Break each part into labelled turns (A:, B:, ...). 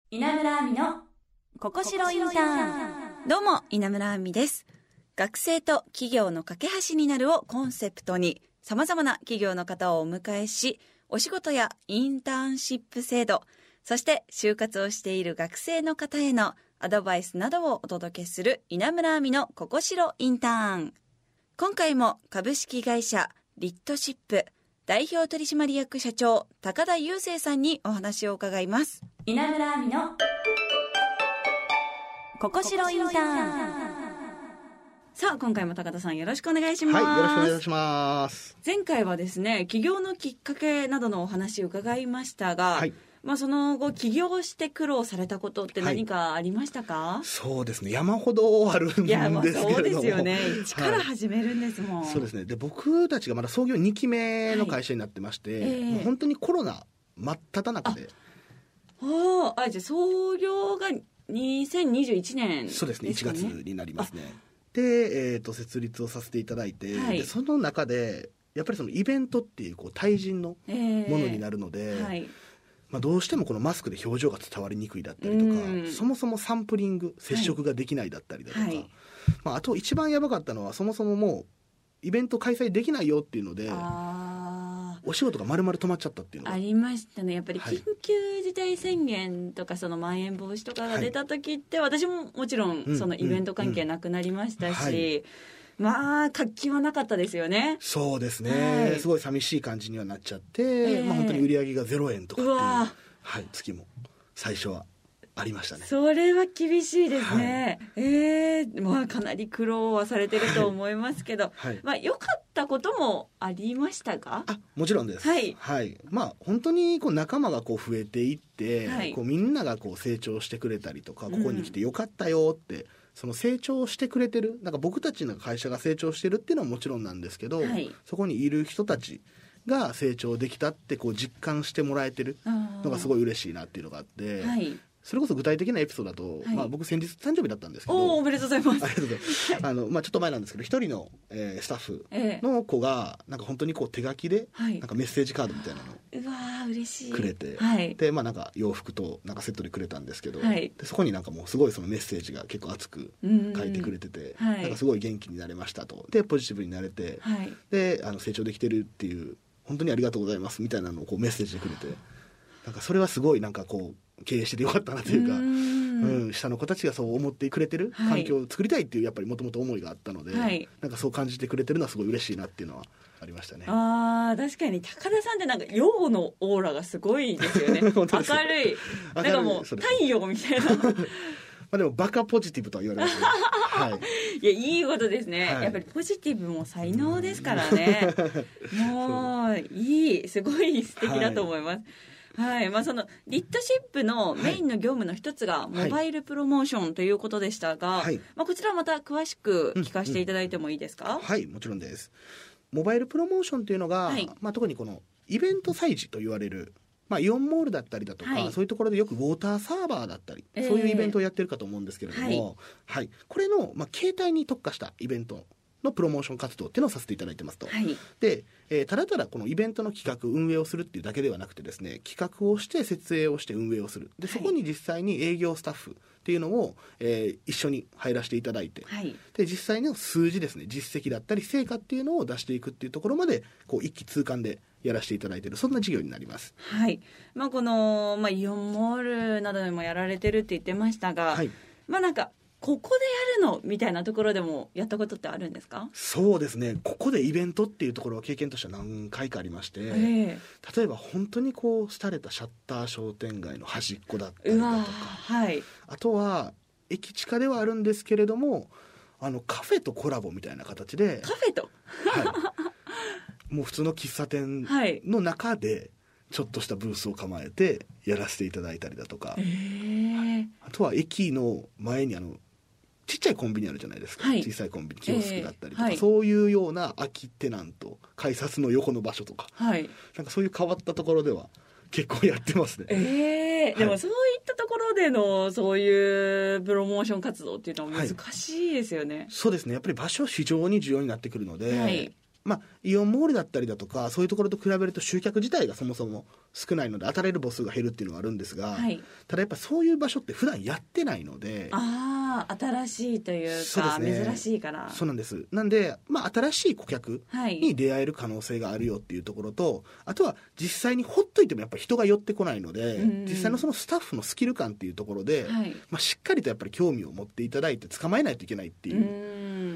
A: 稲村亜美のここしろインターン。
B: どうも稲村亜美です。学生と企業の架け橋になるをコンセプトに様々な企業の方をお迎えし、お仕事やインターンシップ制度、そして就活をしている学生の方へのアドバイスなどをお届けする稲村亜美のここしろインターン。今回も株式会社リットシップ代表取締役社長高田雄生さんにお話を伺います。
A: 稲村亜美のここしろインターン。
B: さあ今回も高田さんよろしくお願いします。
C: はい、よろしくお願いします。
B: 前回はですね、起業のきっかけなどのお話を伺いましたが、はい、その後起業して苦労されたことって何かありましたか？
C: はい、そうですね、山ほどあるんですけれども。
B: そうですよね、一から始めるんですもん。
C: そうですね。で、僕たちがまだ創業2期目の会社になってまして、もう本当にコロナ真っ只中で。
B: じゃあ創業が2021年ですね。
C: そうですね、1月になりますね。で、設立をさせていただいて、でその中でやっぱりそのイベントっていう対人のものになるので、どうしてもこのマスクで表情が伝わりにくいだったりとか、そもそもサンプリング接触ができないだったりだとか、あと一番やばかったのはそもそももうイベント開催できないよっていうので、お仕事が丸々止まっちゃったっていうのが
B: ありましたね。やっぱり緊急事態宣言とかそのまん延防止とかが出た時って、私ももちろんそのイベント関係なくなりましたし、活気はなかったですよね。
C: そうですね、すごい寂しい感じにはなっちゃって、本当に売り上げが0円とかっていう、月も最初はありましたね。
B: それは厳しいですね。かなり苦労はされてると思いますけど、良かったこともありましたか？
C: もちろんです。本当に仲間が増えていって、みんなが成長してくれたりとか、ここに来てよかったよって、その成長してくれてる、僕たちの会社が成長してるっていうのはもちろんなんですけど、そこにいる人たちが成長できたって実感してもらえてるのがすごい嬉しいなっていうのがあって、それこそ具体的なエピソードだと、僕先日誕生日だったんですけど。
B: おめでとうございます。
C: ありがとうございます。ちょっと前なんですけど、一人の、スタッフの子が本当に手書きでメッセージカードみたいなのを
B: 嬉しい
C: くれて、で洋服とセットでくれたんですけど、でそこにもうすごいそのメッセージが結構熱く書いてくれてて、すごい元気になれましたと、でポジティブになれて、で成長できてるっていう、本当にありがとうございますみたいなのをメッセージでくれて、それはすごい経営しててよかったなというか、下の子たちがそう思ってくれてる環境を作りたいっていうやっぱりもともと思いがあったので、そう感じてくれてるのはすごい嬉しいなっていうのはありましたね。
B: 確かに高田さんって陽のオーラがすごいですよね。明るい、もう太陽みたいな。
C: でもバカポジティブとは言われますね。
B: いいことですね。やっぱりポジティブも才能ですからね。もうすごい素敵だと思います。そのリットシップのメインの業務の一つがモバイルプロモーションということでしたが、こちらまた詳しく聞かせていただいてもいいですか？
C: もちろんです。モバイルプロモーションというのが、特にこのイベント催事と言われる、イオンモールだったりだとか、そういうところでよくウォーターサーバーだったり、そういうイベントをやってるかと思うんですけれども、これの、携帯に特化したイベントのプロモーション活動っていうのをさせていただいてますと。で、ただただこのイベントの企画運営をするっていうだけではなくてですね、企画をして設営をして運営をする。でそこに実際に営業スタッフっていうのを、一緒に入らせていただいて、で実際の数字ですね、実績だったり成果っていうのを出していくっていうところまで一気通貫でやらせていただいている、そんな事業になります。
B: この、イオンモールなどでもやられてるって言ってましたが、ここでやるのみたいなところでもやったことってあるんですか？
C: そうですね、ここでイベントっていうところは経験としては何回かありまして、例えば本当に廃れたシャッター商店街の端っこだったりだとか、あとは駅地下ではあるんですけれども、カフェとコラボみたいな形で、
B: カフェと、
C: もう普通の喫茶店の中でちょっとしたブースを構えてやらせていただいたりだとか、あとは駅の前にちっちゃいコンビニあるじゃないですか、小さいコンビニキオスクだったりとか、そういうような空きテナント、改札の横の場所とか、そういう変わったところでは結構やってますね。
B: でもそういったところでのそういうプロモーション活動っていうのは難しいですよね。
C: そうですね、やっぱり場所非常に重要になってくるので、 イオンモールだったりだとかそういうところと比べると集客自体がそもそも少ないので当たれる母数が減るっていうのがあるんですが、
B: はい、
C: ただやっぱそういう場所って普段やってないので、
B: 新しいというか、ね、珍しいから。
C: そうなんです。なんで、新しい顧客に出会える可能性があるよっていうところと、あとは実際にほっといてもやっぱ人が寄ってこないので、実際のそのスタッフのスキル感っていうところで、しっかりとやっぱり興味を持っていただいて捕まえないといけないっていう、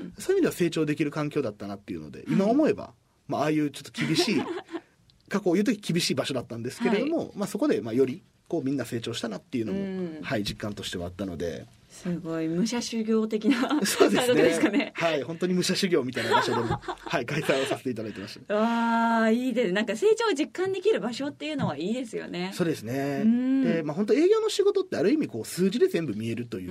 C: そういう意味では成長できる環境だったなっていうので、今思えば、ああいうちょっと厳しい過去を言うとき厳しい場所だったんですけれども、そこでよりみんな成長したなっていうのも、実感としてはあったので、
B: すごい武者修行的な感覚ですかね。
C: はい、本当に武者修行みたいな場所でも開催をさせていただいてました。
B: わあ、いいです。なんか成長を実感できる場所っていうのはいいですよね。
C: そうですね。で、本当営業の仕事ってある意味数字で全部見えるという。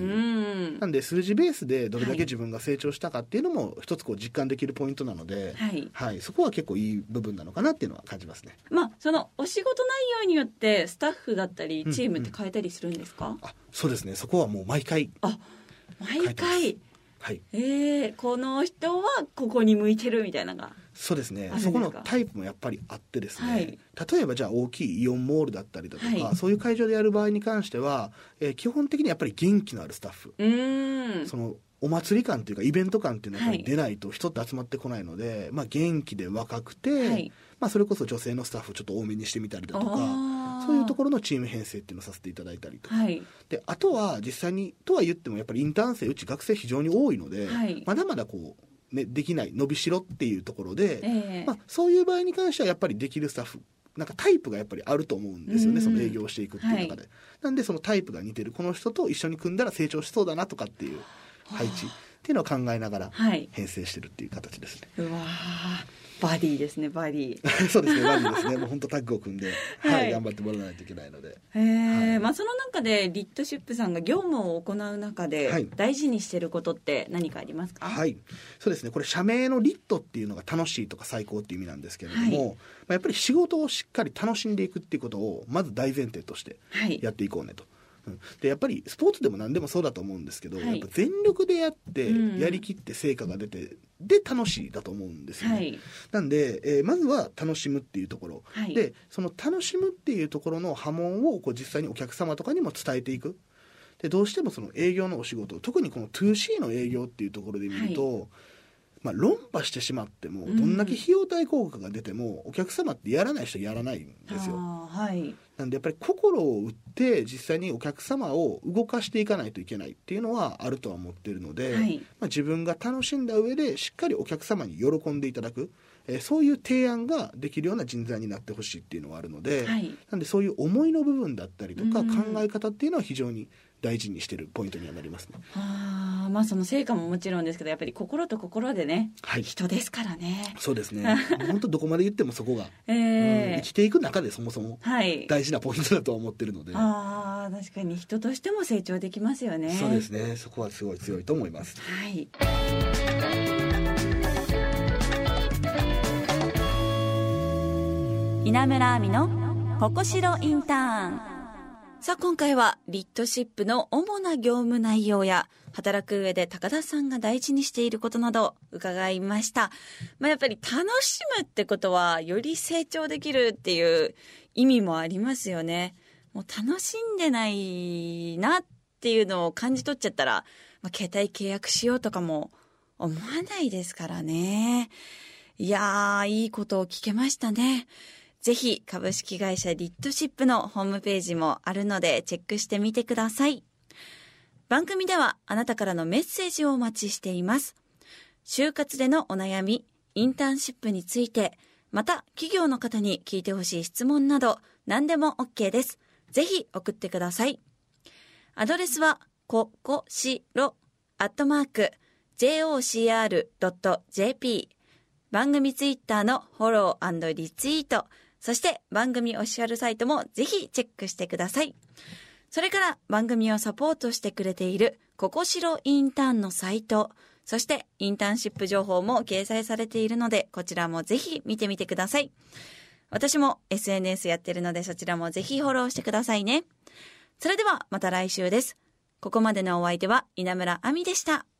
C: なんで数字ベースでどれだけ自分が成長したかっていうのも一つ実感できるポイントなので、そこは結構いい部分なのかなっていうのは感じますね。
B: そのお仕事内容によってスタッフだったりチームって変えたりするんですか？
C: そうですね。そこはもう毎回。
B: 毎回、この人はここに向いてるみたいなのが。
C: そうですね。そこのタイプもやっぱりあってですね、例えばじゃあ大きいイオンモールだったりだとか、そういう会場でやる場合に関しては、基本的にやっぱり元気のあるスタッフ、そのお祭り感というかイベント感っていうのはやっぱり出ないと人って集まってこないので、元気で若くて、それこそ女性のスタッフをちょっと多めにしてみたりだとか、そういうところのチーム編成っていうのをさせていただいたりとか、であとは実際にとは言ってもやっぱりインターン生うち学生非常に多いので、まだまだできない伸びしろっていうところで、そういう場合に関してはやっぱりできるスタッフなんかタイプがやっぱりあると思うんですよね、その営業をしていくっていう中で、なんでそのタイプが似てるこの人と一緒に組んだら成長しそうだなとかっていう配置っていうのを考えながら編成してるっていう形ですね。
B: うわバディですね、バディ
C: そうですね、バディですね。もう本当タッグを組んで、頑張ってもらわないといけないので、
B: その中でリッドシップさんが業務を行う中で大事にしていることって何かありますか？
C: そうですね、これ社名のリッドっていうのが楽しいとか最高っていう意味なんですけれども、やっぱり仕事をしっかり楽しんでいくっていうことをまず大前提としてやっていこうねと。でやっぱりスポーツでも何でもそうだと思うんですけど、やっぱ全力でやってやりきって成果が出て、で楽しいだと思うんですよね、なんで、まずは楽しむっていうところ、でその楽しむっていうところの波紋を実際にお客様とかにも伝えていく。でどうしてもその営業のお仕事、特にこの 2C の営業っていうところで見ると、論破してしまってもどんだけ費用対効果が出てもお客様ってやらない人やらないんですよ。なんでやっぱり心を打って実際にお客様を動かしていかないといけないっていうのはあるとは思っているので、自分が楽しんだ上でしっかりお客様に喜んでいただく、そういう提案ができるような人材になってほしいっていうのはあるので、なんでそういう思いの部分だったりとか考え方っていうのは非常に大事にしているポイントにはなりますね。
B: その成果ももちろんですけど、やっぱり心と心でね、人ですからね。
C: そうですね。本当どこまで言ってもそこが、生きていく中でそもそも大事なポイントだとは思ってるので、
B: 確かに人としても成長できますよね。
C: そうですね。そこはすごい強いと思います。
A: 稲村亜美のここしろインターン。
B: さあ今回はリッドシップの主な業務内容や働く上で高田さんが大事にしていることなど伺いました。やっぱり楽しむってことはより成長できるっていう意味もありますよね。もう楽しんでないなっていうのを感じ取っちゃったら、携帯契約しようとかも思わないですからね。いやー、いいことを聞けましたね。ぜひ株式会社リッドシップのホームページもあるのでチェックしてみてください。番組ではあなたからのメッセージをお待ちしています。就活でのお悩み、インターンシップについて、また企業の方に聞いてほしい質問など何でも OK です。ぜひ送ってください。アドレスはここしろ@jocr.jp、 番組ツイッターのフォロー&リツイート、そして番組オフィシャルサイトもぜひチェックしてください。それから番組をサポートしてくれているここしろインターンのサイト、そしてインターンシップ情報も掲載されているので、こちらもぜひ見てみてください。私も SNS やってるので、そちらもぜひフォローしてくださいね。それではまた来週です。ここまでのお相手は稲村亜美でした。